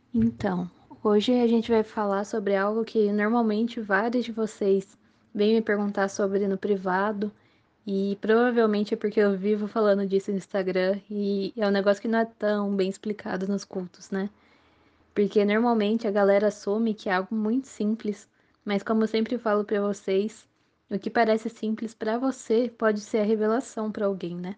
Então, hoje a gente vai falar sobre algo que normalmente vários de vocês vêm me perguntar sobre no privado, e provavelmente é porque eu vivo falando disso no Instagram e é um negócio que não é tão bem explicado nos cultos, né? Porque normalmente a galera assume que é algo muito simples, mas como eu sempre falo pra vocês, o que parece simples pra você pode ser a revelação pra alguém, né?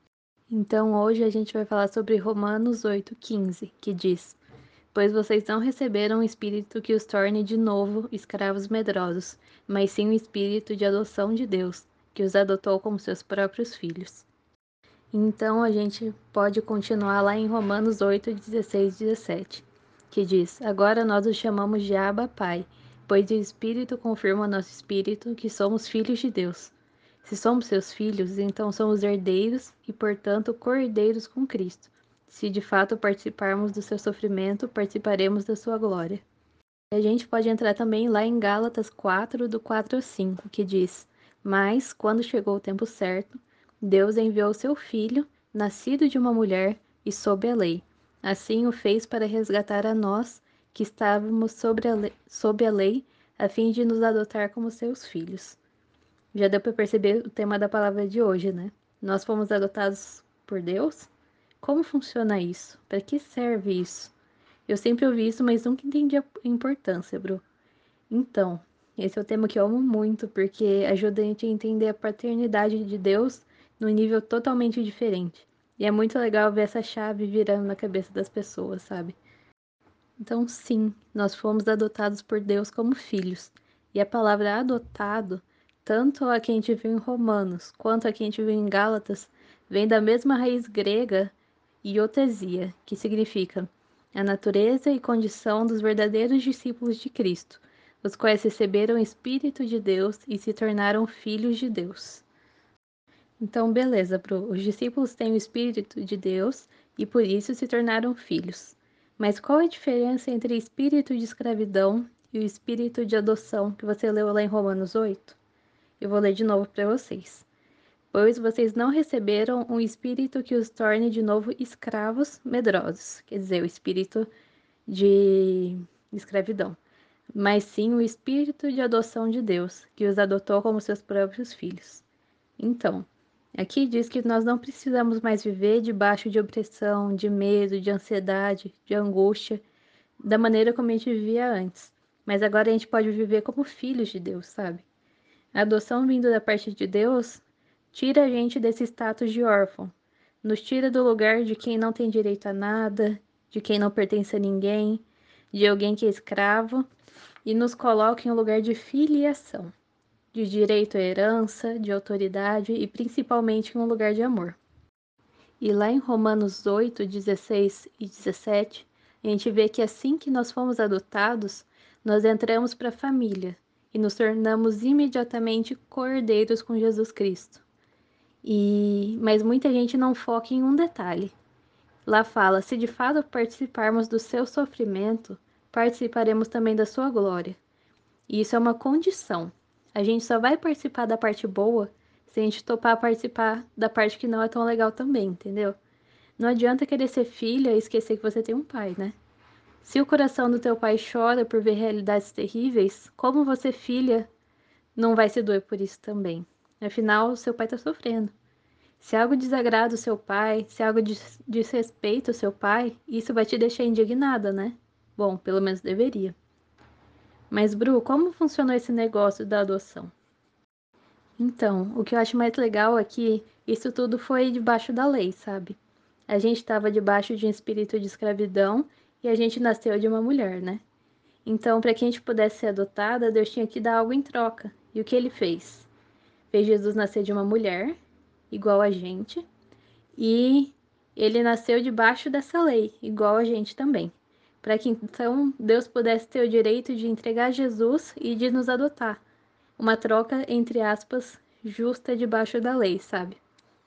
Então hoje a gente vai falar sobre Romanos 8:15, que diz: Pois vocês não receberam um espírito que os torne de novo escravos medrosos, mas sim o espírito de adoção de Deus, que os adotou como seus próprios filhos. Então a gente pode continuar lá em Romanos 8:16 e 17, que diz: Agora nós os chamamos de Abba Pai, pois o Espírito confirma ao nosso espírito que somos filhos de Deus. Se somos seus filhos, então somos herdeiros e, portanto, co-herdeiros com Cristo. Se de fato participarmos do seu sofrimento, participaremos da sua glória. E a gente pode entrar também lá em Gálatas 4, do 4 ao 5, que diz: Mas, quando chegou o tempo certo, Deus enviou seu Filho, nascido de uma mulher e sob a lei. Assim o fez para resgatar a nós, que estávamos sob a lei, a fim de nos adotar como seus filhos. Já deu para perceber o tema da palavra de hoje, né? Nós fomos adotados por Deus? Como funciona isso? Para que serve isso? Eu sempre ouvi isso, mas nunca entendi a importância, Bru. Então, esse é o tema que eu amo muito, porque ajuda a gente a entender a paternidade de Deus num nível totalmente diferente. E é muito legal ver essa chave virando na cabeça das pessoas, sabe? Então, sim, nós fomos adotados por Deus como filhos. E a palavra adotado, tanto a que a gente viu em Romanos, quanto a que a gente viu em Gálatas, vem da mesma raiz grega iotesia, que significa a natureza e condição dos verdadeiros discípulos de Cristo, os quais receberam o Espírito de Deus e se tornaram filhos de Deus. Então, beleza, os discípulos têm o Espírito de Deus e por isso se tornaram filhos. Mas qual a diferença entre espírito de escravidão e o espírito de adoção que você leu lá em Romanos 8? Eu vou ler de novo para vocês. Pois vocês não receberam um espírito que os torne de novo escravos medrosos, quer dizer, o espírito de escravidão, mas sim o espírito de adoção de Deus, que os adotou como seus próprios filhos. Então, aqui diz que nós não precisamos mais viver debaixo de opressão, de medo, de ansiedade, de angústia, da maneira como a gente vivia antes. Mas agora a gente pode viver como filhos de Deus, sabe? A adoção vindo da parte de Deus tira a gente desse status de órfão, nos tira do lugar de quem não tem direito a nada, de quem não pertence a ninguém, de alguém que é escravo, e nos coloca em um lugar de filiação, de direito à herança, de autoridade e principalmente em um lugar de amor. E lá em Romanos 8, 16 e 17, a gente vê que assim que nós fomos adotados, nós entramos para a família e nos tornamos imediatamente cordeiros com Jesus Cristo. Mas muita gente não foca em um detalhe. Lá fala: se de fato participarmos do seu sofrimento, participaremos também da sua glória. E isso é uma condição. A gente só vai participar da parte boa se a gente topar participar da parte que não é tão legal também, entendeu? Não adianta querer ser filha e esquecer que você tem um pai, né? Se o coração do teu pai chora por ver realidades terríveis, como você, filha, não vai se doer por isso também? Afinal, seu pai tá sofrendo. Se algo desagrada o seu pai, se algo desrespeita o seu pai, isso vai te deixar indignada, né? Bom, pelo menos deveria. Mas, Bru, como funcionou esse negócio da adoção? Então, o que eu acho mais legal é que isso tudo foi debaixo da lei, sabe? A gente estava debaixo de um espírito de escravidão e a gente nasceu de uma mulher, né? Então, para que a gente pudesse ser adotada, Deus tinha que dar algo em troca. E o que ele fez? Fez Jesus nascer de uma mulher, igual a gente, e ele nasceu debaixo dessa lei, igual a gente também. Para que então Deus pudesse ter o direito de entregar Jesus e de nos adotar. Uma troca, entre aspas, justa debaixo da lei, sabe?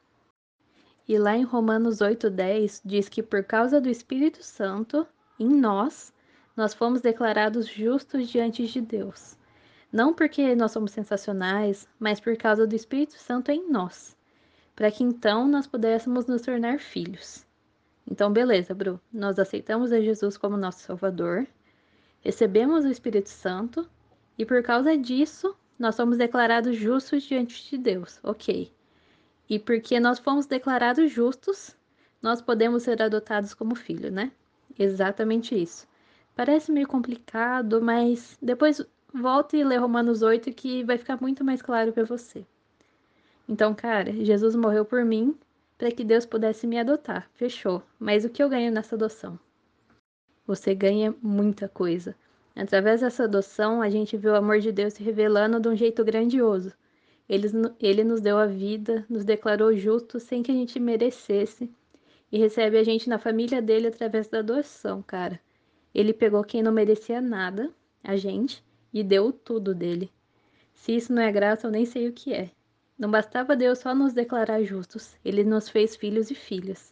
E lá em Romanos 8:10 diz que por causa do Espírito Santo em nós, nós fomos declarados justos diante de Deus. Não porque nós somos sensacionais, mas por causa do Espírito Santo em nós, para que então nós pudéssemos nos tornar filhos. Então, beleza, Bru, nós aceitamos a Jesus como nosso Salvador, recebemos o Espírito Santo e por causa disso nós somos declarados justos diante de Deus, ok. E porque nós fomos declarados justos, nós podemos ser adotados como filho, né? Exatamente isso. Parece meio complicado, mas depois volta e lê Romanos 8 que vai ficar muito mais claro para você. Então, cara, Jesus morreu por mim para que Deus pudesse me adotar. Fechou. Mas o que eu ganho nessa adoção? Você ganha muita coisa. Através dessa adoção, a gente vê o amor de Deus se revelando de um jeito grandioso. Ele nos deu a vida, nos declarou justos sem que a gente merecesse e recebe a gente na família dele através da adoção, cara. Ele pegou quem não merecia nada, a gente, e deu tudo dele. Se isso não é graça, eu nem sei o que é. Não bastava Deus só nos declarar justos, ele nos fez filhos e filhas.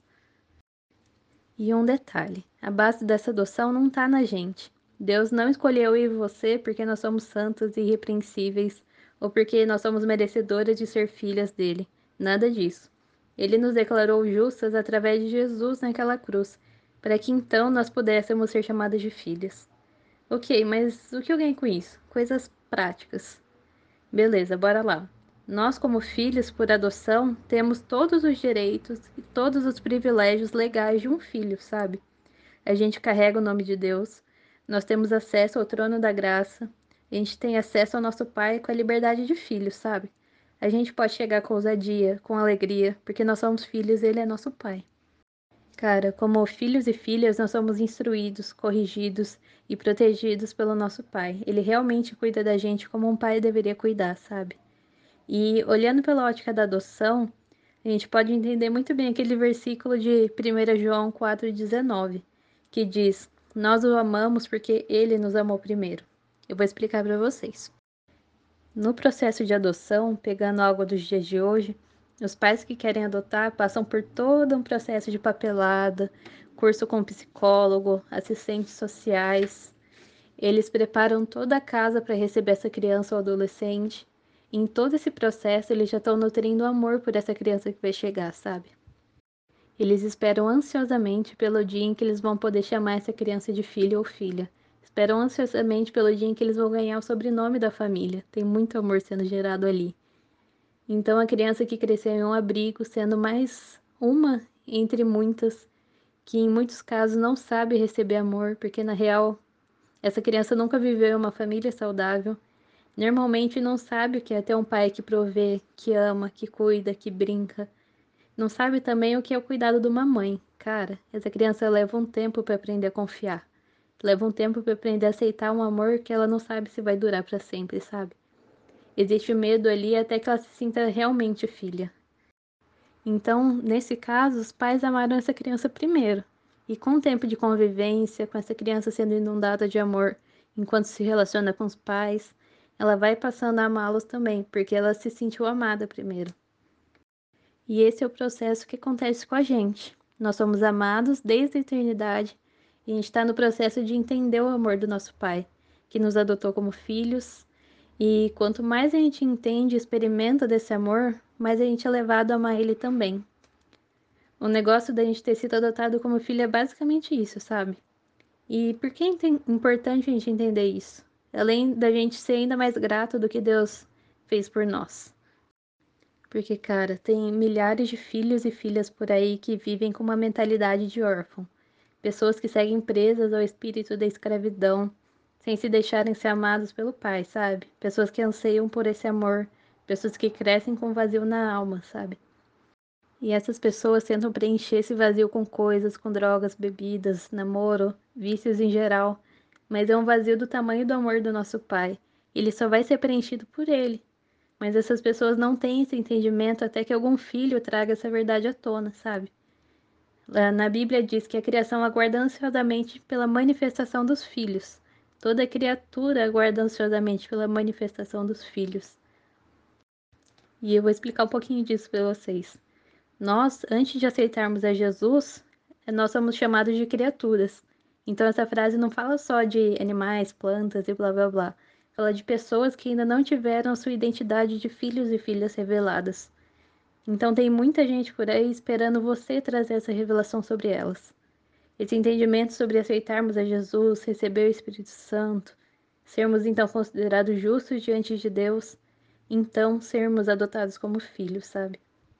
E um detalhe: a base dessa adoção não está na gente. Deus não escolheu eu e você porque nós somos santas e irrepreensíveis ou porque nós somos merecedoras de ser filhas dele. Nada disso. Ele nos declarou justas através de Jesus naquela cruz, para que então nós pudéssemos ser chamadas de filhas. Ok, mas o que eu ganho com isso? Coisas práticas. Beleza, bora lá. Nós, como filhos por adoção, temos todos os direitos e todos os privilégios legais de um filho, sabe? A gente carrega o nome de Deus, nós temos acesso ao trono da graça, a gente tem acesso ao nosso Pai com a liberdade de filho, sabe? A gente pode chegar com ousadia, com alegria, porque nós somos filhos e Ele é nosso Pai. Cara, como filhos e filhas, nós somos instruídos, corrigidos e protegidos pelo nosso Pai. Ele realmente cuida da gente como um pai deveria cuidar, sabe? E olhando pela ótica da adoção, a gente pode entender muito bem aquele versículo de 1 João 4,19, que diz: Nós o amamos porque ele nos amou primeiro. Eu vou explicar para vocês. No processo de adoção, pegando algo dos dias de hoje, os pais que querem adotar passam por todo um processo de papelada, curso com psicólogo, assistentes sociais. Eles preparam toda a casa para receber essa criança ou adolescente. E em todo esse processo, eles já estão nutrindo amor por essa criança que vai chegar, sabe? Eles esperam ansiosamente pelo dia em que eles vão poder chamar essa criança de filho ou filha. Esperam ansiosamente pelo dia em que eles vão ganhar o sobrenome da família. Tem muito amor sendo gerado ali. Então, a criança que cresceu em um abrigo, sendo mais uma entre muitas, que em muitos casos não sabe receber amor, porque na real essa criança nunca viveu em uma família saudável. Normalmente não sabe o que é ter um pai que provê, que ama, que cuida, que brinca. Não sabe também o que é o cuidado de uma mãe. Cara, essa criança leva um tempo para aprender a confiar. Leva um tempo para aprender a aceitar um amor que ela não sabe se vai durar para sempre, sabe? Existe medo ali até que ela se sinta realmente filha. Então, nesse caso, os pais amaram essa criança primeiro. E com o tempo de convivência, com essa criança sendo inundada de amor enquanto se relaciona com os pais, ela vai passando a amá-los também, porque ela se sentiu amada primeiro. E esse é o processo que acontece com a gente. Nós somos amados desde a eternidade e a gente está no processo de entender o amor do nosso Pai, que nos adotou como filhos. E quanto mais a gente entende e experimenta desse amor, mais a gente é levado a amar Ele também. O negócio da gente ter sido adotado como filho é basicamente isso, sabe? E por que é importante a gente entender isso? Além da gente ser ainda mais grato do que Deus fez por nós. Porque, cara, tem milhares de filhos e filhas por aí que vivem com uma mentalidade de órfão. Pessoas que seguem presas ao espírito da escravidão, sem se deixarem ser amados pelo pai, sabe? Pessoas que anseiam por esse amor, pessoas que crescem com vazio na alma, sabe? E essas pessoas tentam preencher esse vazio com coisas, com drogas, bebidas, namoro, vícios em geral, mas é um vazio do tamanho do amor do nosso pai. Ele só vai ser preenchido por ele. Mas essas pessoas não têm esse entendimento até que algum filho traga essa verdade à tona, sabe? Lá na Bíblia diz que a criação aguarda ansiosamente pela manifestação dos filhos. Toda criatura aguarda ansiosamente pela manifestação dos filhos. E eu vou explicar um pouquinho disso para vocês. Nós, antes de aceitarmos a Jesus, nós somos chamados de criaturas. Então essa frase não fala só de animais, plantas e blá blá blá. Fala de pessoas que ainda não tiveram a sua identidade de filhos e filhas reveladas. Então tem muita gente por aí esperando você trazer essa revelação sobre elas. Esse entendimento sobre aceitarmos a Jesus, receber o Espírito Santo, sermos então considerados justos diante de Deus, então sermos adotados como filhos, sabe?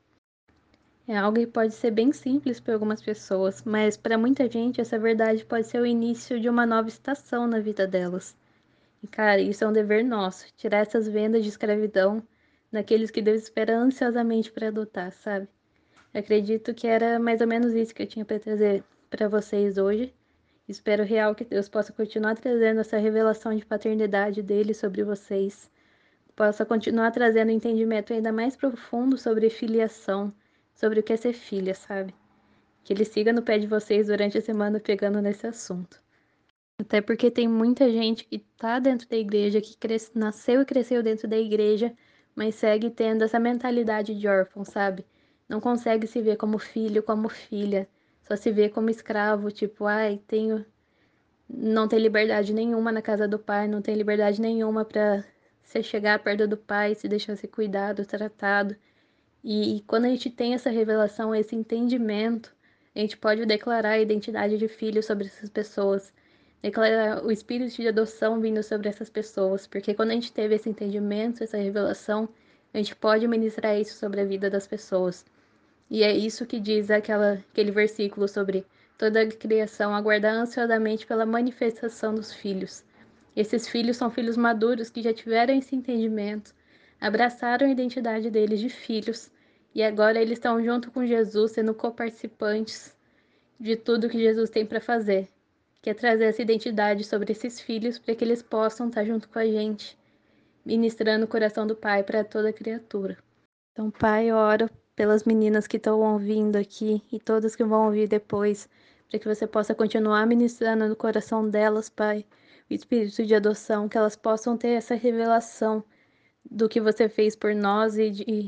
É algo que pode ser bem simples para algumas pessoas, mas para muita gente essa verdade pode ser o início de uma nova estação na vida delas. E cara, isso é um dever nosso, tirar essas vendas de escravidão daqueles que Deus espera ansiosamente para adotar, sabe? Eu acredito que era mais ou menos isso que eu tinha para trazer para vocês hoje. Espero real que Deus possa continuar trazendo essa revelação de paternidade dele sobre vocês, possa continuar trazendo um entendimento ainda mais profundo sobre filiação, sobre o que é ser filha, sabe? Que ele siga no pé de vocês durante a semana pegando nesse assunto. Até porque tem muita gente que tá dentro da igreja, que nasceu e cresceu dentro da igreja, mas segue tendo essa mentalidade de órfão, sabe? Não consegue se ver como filho, como filha, só se vê como escravo, tipo, ai, tenho não tem liberdade nenhuma na casa do pai, não tem liberdade nenhuma para se chegar perto do pai, se deixar ser cuidado, tratado. E quando a gente tem essa revelação, esse entendimento, a gente pode declarar a identidade de filho sobre essas pessoas, declarar o espírito de adoção vindo sobre essas pessoas, porque quando a gente teve esse entendimento, essa revelação, a gente pode ministrar isso sobre a vida das pessoas. E é isso que diz aquele versículo sobre toda a criação aguardar ansiosamente pela manifestação dos filhos. Esses filhos são filhos maduros que já tiveram esse entendimento, abraçaram a identidade deles de filhos e agora eles estão junto com Jesus, sendo coparticipantes de tudo que Jesus tem para fazer, que é trazer essa identidade sobre esses filhos para que eles possam estar junto com a gente, ministrando o coração do Pai para toda criatura. Então, Pai, eu oro pelas meninas que estão ouvindo aqui e todas que vão ouvir depois, para que você possa continuar ministrando no coração delas, Pai, o espírito de adoção, que elas possam ter essa revelação do que você fez por nós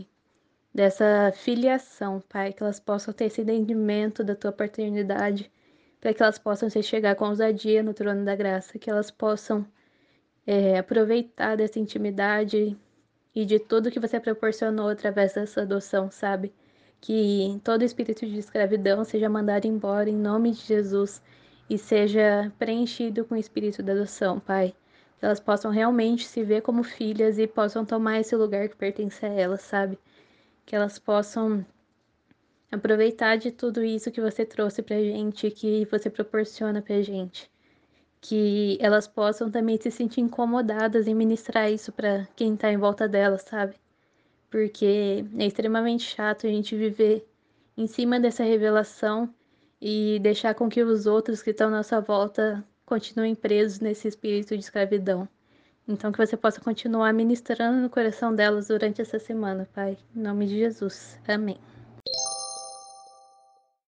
dessa filiação, Pai, que elas possam ter esse entendimento da tua paternidade, para que elas possam se chegar com ousadia no trono da graça, que elas possam aproveitar dessa intimidade e de tudo que você proporcionou através dessa adoção, sabe? Que todo espírito de escravidão seja mandado embora em nome de Jesus e seja preenchido com o espírito da adoção, Pai. Que elas possam realmente se ver como filhas e possam tomar esse lugar que pertence a elas, sabe? Que elas possam aproveitar de tudo isso que você trouxe pra gente, que você proporciona pra gente. Que elas possam também se sentir incomodadas em ministrar isso pra quem tá em volta delas, sabe? Porque é extremamente chato a gente viver em cima dessa revelação e deixar com que os outros que estão à nossa volta continuem presos nesse espírito de escravidão. Então, que você possa continuar ministrando no coração delas durante essa semana, Pai. Em nome de Jesus. Amém.